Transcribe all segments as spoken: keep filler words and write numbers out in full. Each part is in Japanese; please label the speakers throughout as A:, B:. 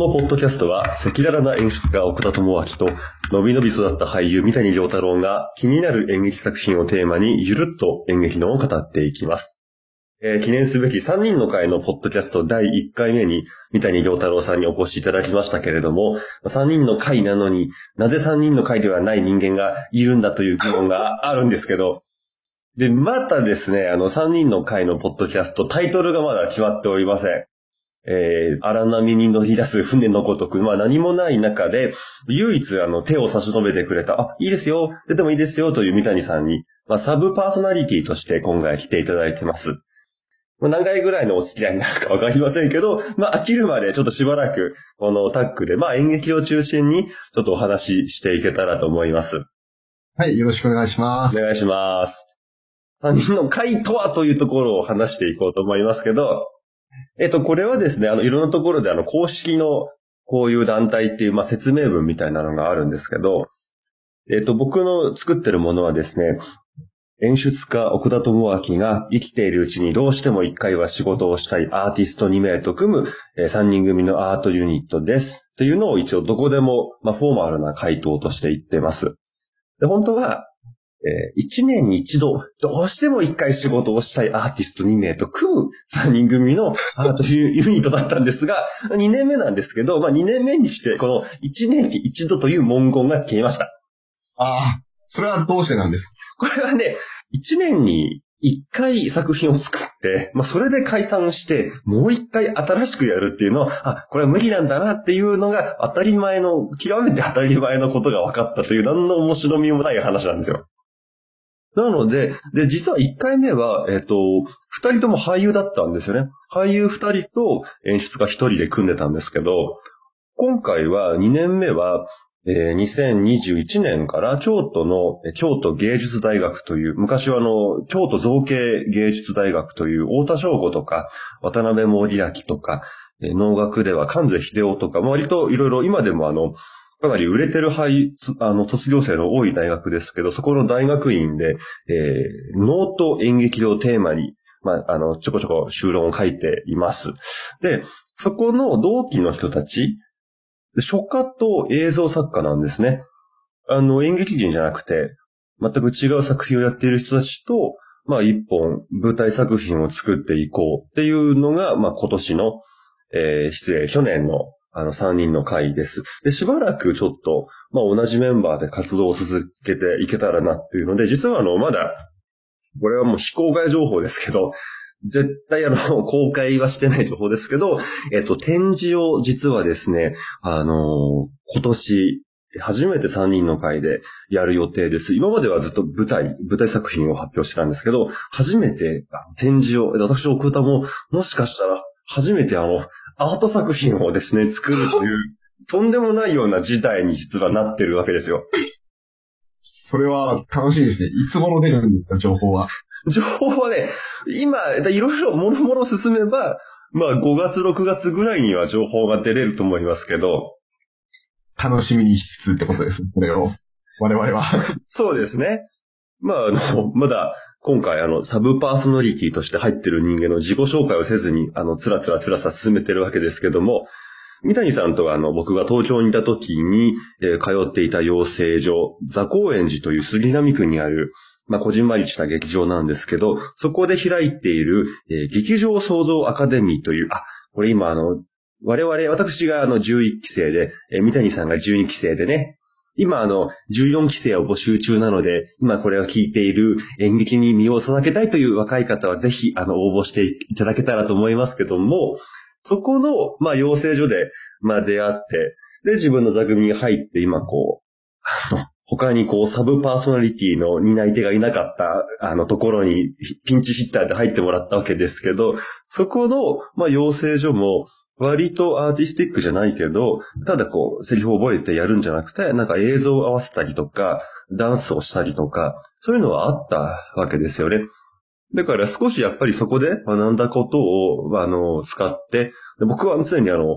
A: のポッドキャストは、赤裸々な演出家奥田智明と、のびのび育った俳優三谷良太郎が気になる演劇作品をテーマにゆるっと演劇論を語っていきます。えー、記念すべきさんにんの会のポッドキャストだいいっかいめに三谷良太郎さんにお越しいただきましたけれども、さんにんの会なのになぜさんにんの会ではない人間がいるんだという疑問があるんですけど、で、またですね、あのさんにんの会のポッドキャスト、タイトルがまだ決まっておりません。えー、荒波に乗り出す船のごとく、まあ何もない中で、唯一あの手を差し伸べてくれた、あ、いいですよ、出てもいいですよという三谷さんに、まあサブパーソナリティとして今回来ていただいてます。まあ、何回ぐらいのお付き合いになるかわかりませんけど、まあ飽きるまでちょっとしばらく、このタッグで、まあ演劇を中心にちょっとお話ししていけたらと思います。
B: はい、よろしくお願いします。
A: お願いします。さんにんの会とはというところを話していこうと思いますけど、えっと、これはですね、あの、いろんなところであの、公式のこういう団体っていう、まあ、説明文みたいなのがあるんですけど、えっと、僕の作ってるものはですね、演出家奥田智明が生きているうちにどうしても一回は仕事をしたいアーティストにめいと組むさんにん組のアートユニットです。というのを一応どこでも、まあ、フォーマルな回答として言ってます。で、本当は、えー、いちねんに一度、どうしても一回仕事をしたいアーティストにめいと組むさんにん組のアートユニットだったんですが、にねんめなんですけど、まあにねんめにして、このいちねんに一度という文言が消えました。
B: ああ、それはどうしてなんですか？
A: これはね、いちねんにいっかい作品を作って、まあそれで解散して、もういっかい新しくやるっていうのは、あ、これは無理なんだなっていうのが当たり前の、極めて当たり前のことが分かったという、何の面白みもない話なんですよ。なので、で、実はいっかいめは、えっと、ふたりとも俳優だったんですよね。俳優ふたりと演出家ひとりで組んでたんですけど、今回はにねんめは、えー、にせんにじゅういちねんから京都の京都芸術大学という、昔はあの、京都造形芸術大学という太田省吾とか、渡辺守明とか、能楽では関瀬秀夫とか、割といろいろ今でもあの、かなり売れてる俳、あの、卒業生の多い大学ですけど、そこの大学院で、えー、能と演劇をテーマに、まあ、あの、ちょこちょこ修論を書いています。で、そこの同期の人たち、書家と映像作家なんですね。あの、演劇人じゃなくて、全く違う作品をやっている人たちと、まあ、一本舞台作品を作っていこうっていうのが、まあ、今年の、えー、失礼、去年のあの、さんにんの会です。で、しばらくちょっと、まあ、同じメンバーで活動を続けていけたらなっていうので、実はあの、まだ、これはもう非公開情報ですけど、絶対あの、公開はしてない情報ですけど、えっと、展示を実はですね、あの、今年、初めてさんにんの会でやる予定です。今まではずっと舞台、舞台作品を発表してたんですけど、初めて展示を、私、奥田も、もしかしたら、初めてあの、アート作品をですね、作るという、とんでもないような事態に実はなってるわけですよ。
B: それは楽しいですね。いつ頃出るんですか、情報は。
A: 情報はね、今、いろいろもろもろ進めば、まあごがつ、ろくがつぐらいには情報が出れると思いますけど。
B: 楽しみにしつつってことです、これを。我々は。
A: そうですね。まあ、あの、まだ、今回、あの、サブパーソナリティとして入ってる人間の自己紹介をせずに、あの、つらつらつらさ進めてるわけですけども、三谷さんとは、あの、僕が東京にいた時に、えー、通っていた養成所、座高円寺という杉並区にある、まあ、こじんまりした劇場なんですけど、そこで開いている、えー、劇場創造アカデミーという、あ、これ今、あの、我々、私があの、じゅういっきせいで、えー、三谷さんがじゅうにきせいでね、今あの、じゅうよんきせいを募集中なので、今これを聞いている演劇に身を授けたいという若い方はぜひ、あの、応募していただけたらと思いますけども、そこの、まあ、養成所で、まあ、出会って、で、自分の座組に入って、今こう、あの、他にこう、サブパーソナリティの担い手がいなかった、あの、ところに、ピンチヒッターで入ってもらったわけですけど、そこの、まあ、養成所も、割とアーティスティックじゃないけど、ただこう、セリフを覚えてやるんじゃなくて、なんか映像を合わせたりとか、ダンスをしたりとか、そういうのはあったわけですよね。だから少しやっぱりそこで学んだことを、あの、使って、僕は常にあの、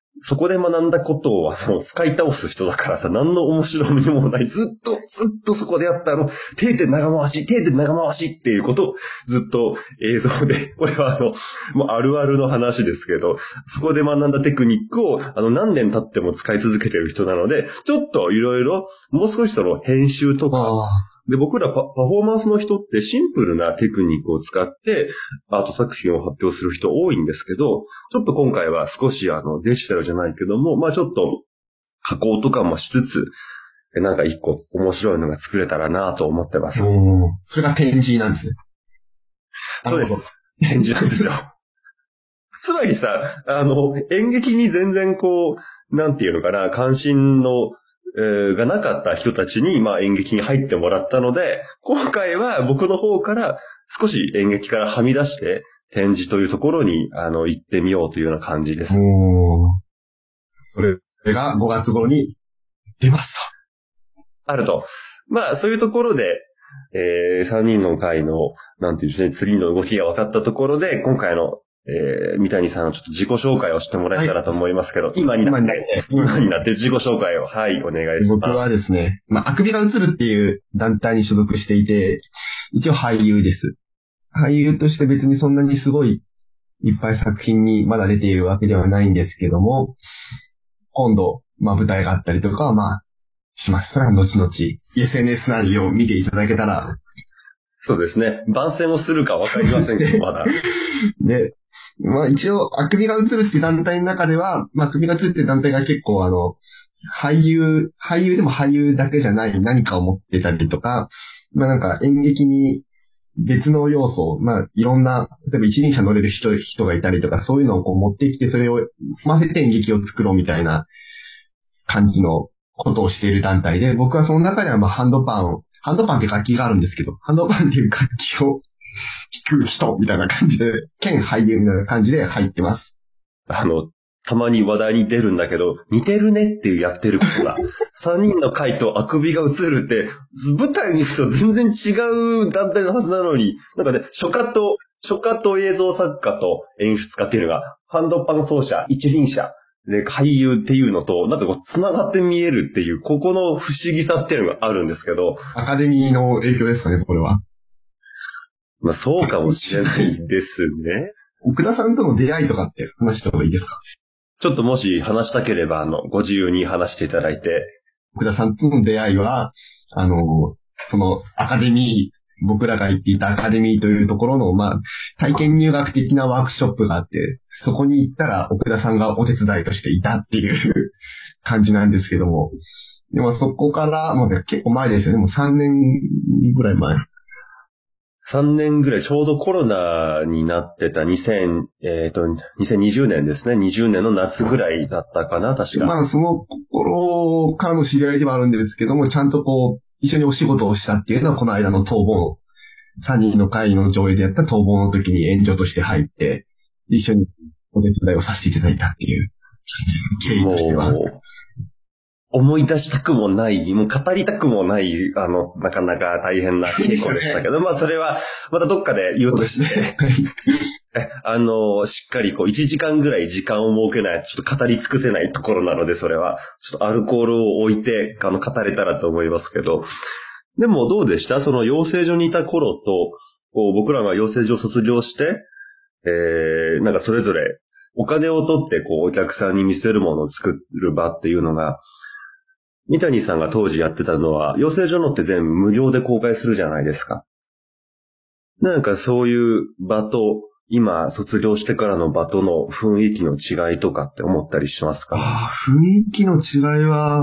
A: そこで学んだことをその使い倒す人だからさ、何の面白みもない。ずっと、ずっとそこでやったあの、定点長回し、定点長回しっていうことをずっと映像で、これはあの、もうあるあるの話ですけど、そこで学んだテクニックをあの何年経っても使い続けてる人なので、ちょっといろいろ、もう少しその編集とか、で、僕らパ、パフォーマンスの人ってシンプルなテクニックを使ってアート作品を発表する人多いんですけど、ちょっと今回は少しあのデジタルじゃないけども、まあちょっと加工とかもしつつ、なんか一個面白いのが作れたらなと思ってます。
B: おー、それが展示なんですね。
A: そうです。展示なんですよ。つまりさ、あの、演劇に全然こう、なんていうのかな、関心のえー、がなかった人たちに、まあ演劇に入ってもらったので、今回は僕の方から少し演劇からはみ出して展示というところに、あの、行ってみようというような感じです。
B: おー。それ、それがごがつ頃に出ます
A: と。あると。まあそういうところで、えー、さんにんの会の、なんていうんですね、次の動きが分かったところで、今回のえー、三谷さん、ちょっと自己紹介をしてもらえたらと思いますけど、はい、今になって、今になって自己紹介を、はい、お願いします。
B: 僕はですね、まあ、あくびが映るっていう団体に所属していて、一応俳優です。俳優として別にそんなにすごいいっぱい作品にまだ出ているわけではないんですけども、今度、まあ、舞台があったりとかは、まあ、します。それは後々、エスエヌエス なりを見ていただけたら。
A: そうですね。番宣をするかわかりませんけど、まだ。
B: で、まあ一応、あくびが映るっていう団体の中では、まあ、あくびが映るっていう団体が結構あの、俳優、俳優でも俳優だけじゃない何かを持ってたりとか、まあなんか演劇に別の要素、まあいろんな、例えば一輪車乗れる人、人がいたりとか、そういうのをこう持ってきて、それを混ぜて演劇を作ろうみたいな感じのことをしている団体で、僕はその中ではまあハンドパン、ハンドパンって楽器があるんですけど、ハンドパンっていう楽器を弾く人みたいな感じで、兼俳優みたいな感じで入ってます。
A: あの、たまに話題に出るんだけど、似てるねっていうやってることが、さんにんの会とあくびが映るって、舞台に行くと全然違う団体のはずなのに、なんかね、書家と、書家と映像作家と演出家っていうのが、ハンドパン奏者、一輪車、で、俳優っていうのと、なんかこう、繋がって見えるっていう、ここの不思議さっていうのがあるんですけど。
B: アカデミーの影響ですかね、これは。
A: まあ、そうかもしれないですね。
B: 奥田さんとの出会いとかって話した方がいいですか？
A: ちょっともし話したければ、あの、ご自由に話していただいて。
B: 奥田さんとの出会いは、あの、そのアカデミー、僕らが行っていたアカデミーというところの、まあ、体験入学的なワークショップがあって、そこに行ったら奥田さんがお手伝いとしていたっていう感じなんですけども。でもそこから、もうね、結構前ですよね。もうさんねんぐらい前。
A: さんねんぐらい、ちょうどコロナになってたにせん、えっと、にせんにじゅうねんですね。にじゅうねんの夏ぐらいだったかな、確か。
B: まあ、その頃からの知り合いではあるんですけども、ちゃんとこう、一緒にお仕事をしたっていうのは、この間の逃亡、さんにんの会の上映でやった逃亡の時に援助として入って、一緒にお手伝いをさせていただいたっていう経緯としては。
A: もう思い出したくもない、もう語りたくもない、あの、なかなか大変な稽古でしたけど、まあそれは、またどっかで言うとして、あの、しっかりこういちじかんぐらい時間を設けない、ちょっと語り尽くせないところなので、それは、ちょっとアルコールを置いて、あの、語れたらと思いますけど、でもどうでした？その養成所にいた頃と、こう僕らが養成所を卒業して、えー、なんかそれぞれお金を取ってこうお客さんに見せるものを作る場っていうのが、三谷さんが当時やってたのは、養成所のって全部無料で公開するじゃないですか。なんかそういう場と、今卒業してからの場との雰囲気の違いとかって思ったりしますか？
B: ああ、雰囲気の違いは、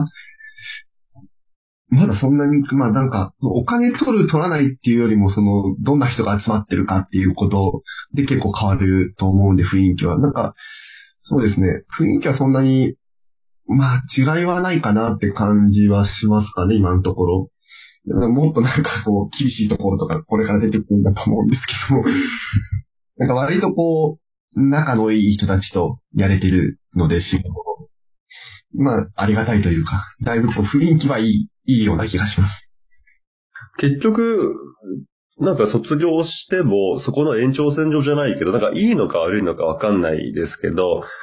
B: まだそんなに、まあなんか、お金取る取らないっていうよりも、その、どんな人が集まってるかっていうことで結構変わると思うんで、雰囲気は。なんか、そうですね、雰囲気はそんなに、まあ違いはないかなって感じはしますかね、今のところ。もっとなんかこう、厳しいところとか、これから出てくるんだと思うんですけども、なんか割とこう、仲のいい人たちとやれてるので、仕事を。まあ、ありがたいというか、だいぶこう、雰囲気はいい、いいような気がします。
A: 結局、なんか卒業しても、そこの延長線上じゃないけど、なんかいいのか悪いのかわかんないですけど、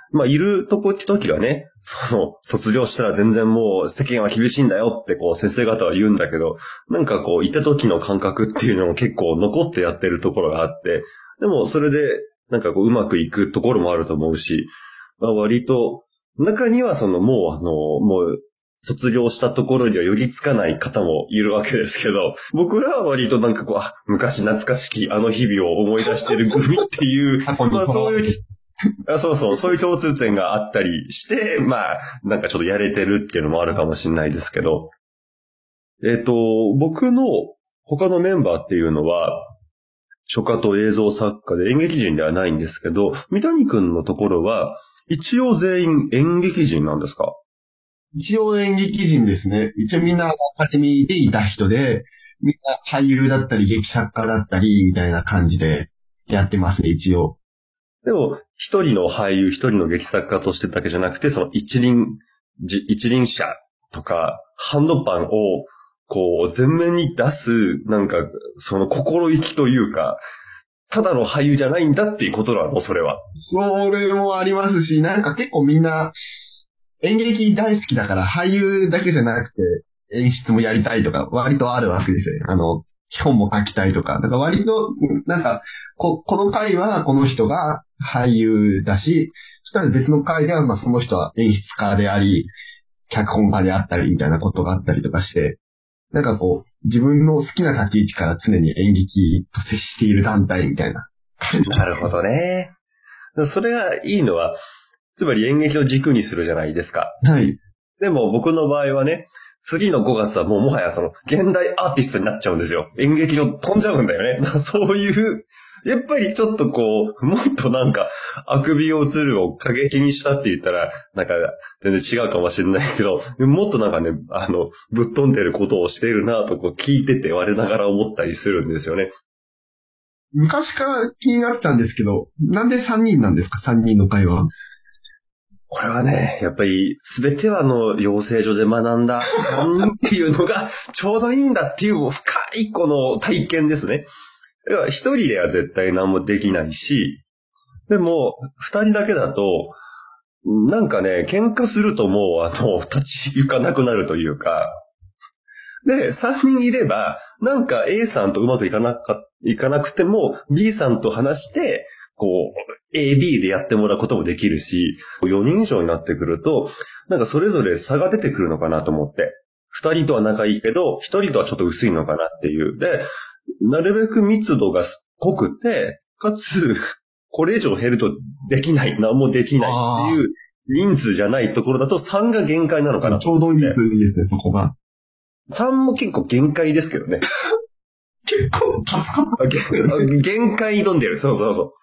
A: まあ、いるとこって時はね、その、卒業したら全然もう世間は厳しいんだよってこう先生方は言うんだけど、なんかこう、いた時の感覚っていうのも結構残ってやってるところがあって、でもそれでなんかこう、うまくいくところもあると思うし、まあ、割と、中にはそのもうあの、もう、卒業したところには寄りつかない方もいるわけですけど、僕らは割となんかこう、あ、昔懐かしきあの日々を思い出してる組っていう、まあそういう、あそうそう、そういう共通点があったりして、まあ、なんかちょっとやれてるっていうのもあるかもしれないですけど、えっと、僕の他のメンバーっていうのは、書家と映像作家で演劇人ではないんですけど、三谷くんのところは、一応全員演劇人なんですか？
B: 一応演劇人ですね。一応みんなアカデミーでいた人で、みんな俳優だったり劇作家だったりみたいな感じでやってますね、一応。
A: でも、一人の俳優、一人の劇作家としてだけじゃなくて、その一輪、じ一輪車とか、ハンドパンを、こう、前面に出す、なんか、その心意気というか、ただの俳優じゃないんだっていうことなの、それは。
B: それもありますし、なんか結構みんな演劇大好きだから俳優だけじゃなくて演出もやりたいとか割とあるわけですよね。あの、本も書きたいとか。だから割と、なんか、こ、この回はこの人が俳優だし、そしたら別の回ではまあその人は演出家であり、脚本家であったりみたいなことがあったりとかして、なんかこう、自分の好きな立ち位置から常に演劇と接している団体みたいな感じ。
A: なるほどね。それがいいのは、つまり演劇を軸にするじゃないですか。
B: はい。
A: でも僕の場合はね、次のごがつはもうもはやその現代アーティストになっちゃうんですよ。演劇の飛んじゃうんだよね。そういう、やっぱりちょっとこう、もっとなんか、あくびを映るを過激にしたって言ったら、なんか全然違うかもしれないけど、もっとなんかね、あの、ぶっ飛んでることをしているなとこう聞いてて我ながら思ったりするんですよね。
B: 昔から気になってたんですけど、なんでさんにんなんですか ?さん 人の会話。
A: これはね、やっぱり、すべてはあの、養成所で学んださんにんっていうのが、ちょうどいいんだっていう深いこの体験ですね。だから一人では絶対何もできないし、でも、二人だけだと、なんかね、喧嘩するともう、あの、立ち行かなくなるというか、で、さんにんいれば、なんか A さんとうまくいかなか、いかなくても、B さんと話して、こう、エービー でやってもらうこともできるし、よにん以上になってくると、なんかそれぞれ差が出てくるのかなと思って。ふたりとは仲いいけど、ひとりとはちょっと薄いのかなっていう。で、なるべく密度が濃くて、かつ、これ以上減るとできない、何もできないっていう人数じゃないところだとさんが限界なのかな。
B: ちょうどいいですね、そこが。
A: さんも結構限界ですけどね。
B: 結構助かった。
A: 限界挑んでる。そうそうそう。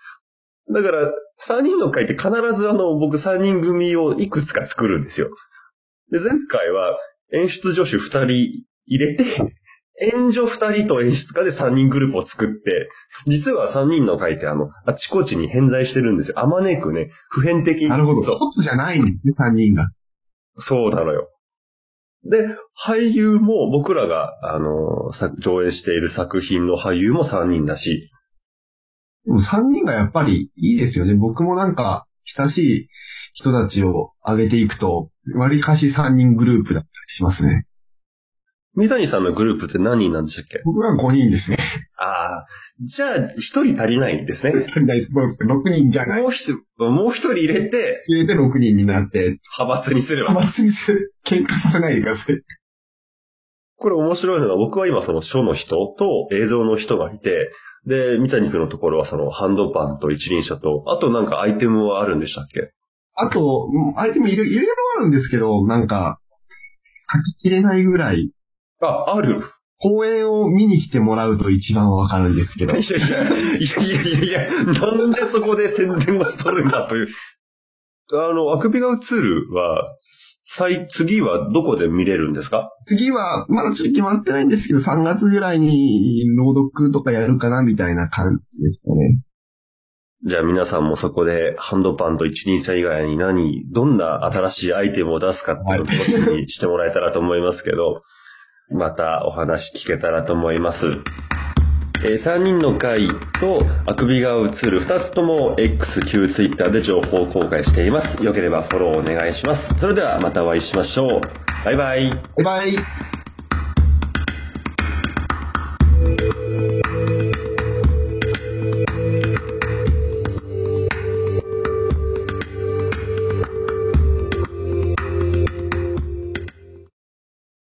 A: だから、さんにんの会って必ずあの、僕さんにん組をいくつか作るんですよ。で、前回は演出助手ふたり入れて、演助ふたりと演出家でさんにんグループを作って、実はさんにんの会ってあの、あちこちに偏在してるんですよ。あまねくね、普遍的に。
B: なるほど。
A: そう
B: 一つじゃないんですね、さんにんが。
A: そうなのよ。で、俳優も僕らが、あの、上映している作品の俳優もさんにんだし。
B: でもさんにんがやっぱりいいですよね。僕もなんか、親しい人たちを上げていくと、割かしさんにんグループだったりしますね。
A: 三谷さんのグループって何人なんでしたっけ？
B: 僕はごにんですね。
A: ああ、じゃあひとり足りないんですね。
B: 足りないです。そうですね。ろくにんじゃない。
A: もうひと、もう一人入れて、
B: 入れてろくにんになって、
A: 派閥にすれば。
B: 派閥にする。喧嘩させないでください。
A: これ面白いのが、僕は今その書の人と映像の人がいて、で、三谷君のところはそのハンドパンと一輪車と、あとなんかアイテムはあるんでしたっけ？
B: あと、アイテムいろいろあるんですけど、なんか、書ききれないぐらい。
A: あ、ある。
B: 公演を見に来てもらうと一番わかるんですけど。
A: いやいや、いやいやいや、なんでそこで宣伝をしとるんだという。あの、あくびが映るは、再、次はどこで見れるんですか？
B: 次は、まだちょっと決まってないんですけど、さんがつぐらいに朗読とかやるかなみたいな感じですかね。
A: じゃあ皆さんもそこでハンドパンと一輪車以外に何、どんな新しいアイテムを出すかっていうのを楽しみにしてもらえたらと思いますけど、またお話聞けたらと思います。 えー、さんにんの会とあくびが映るふたつとも X、旧 Twitter で情報公開しています。よければフォローお願いします。それではまたお会いしましょう。バイバイ。
B: バイバイ。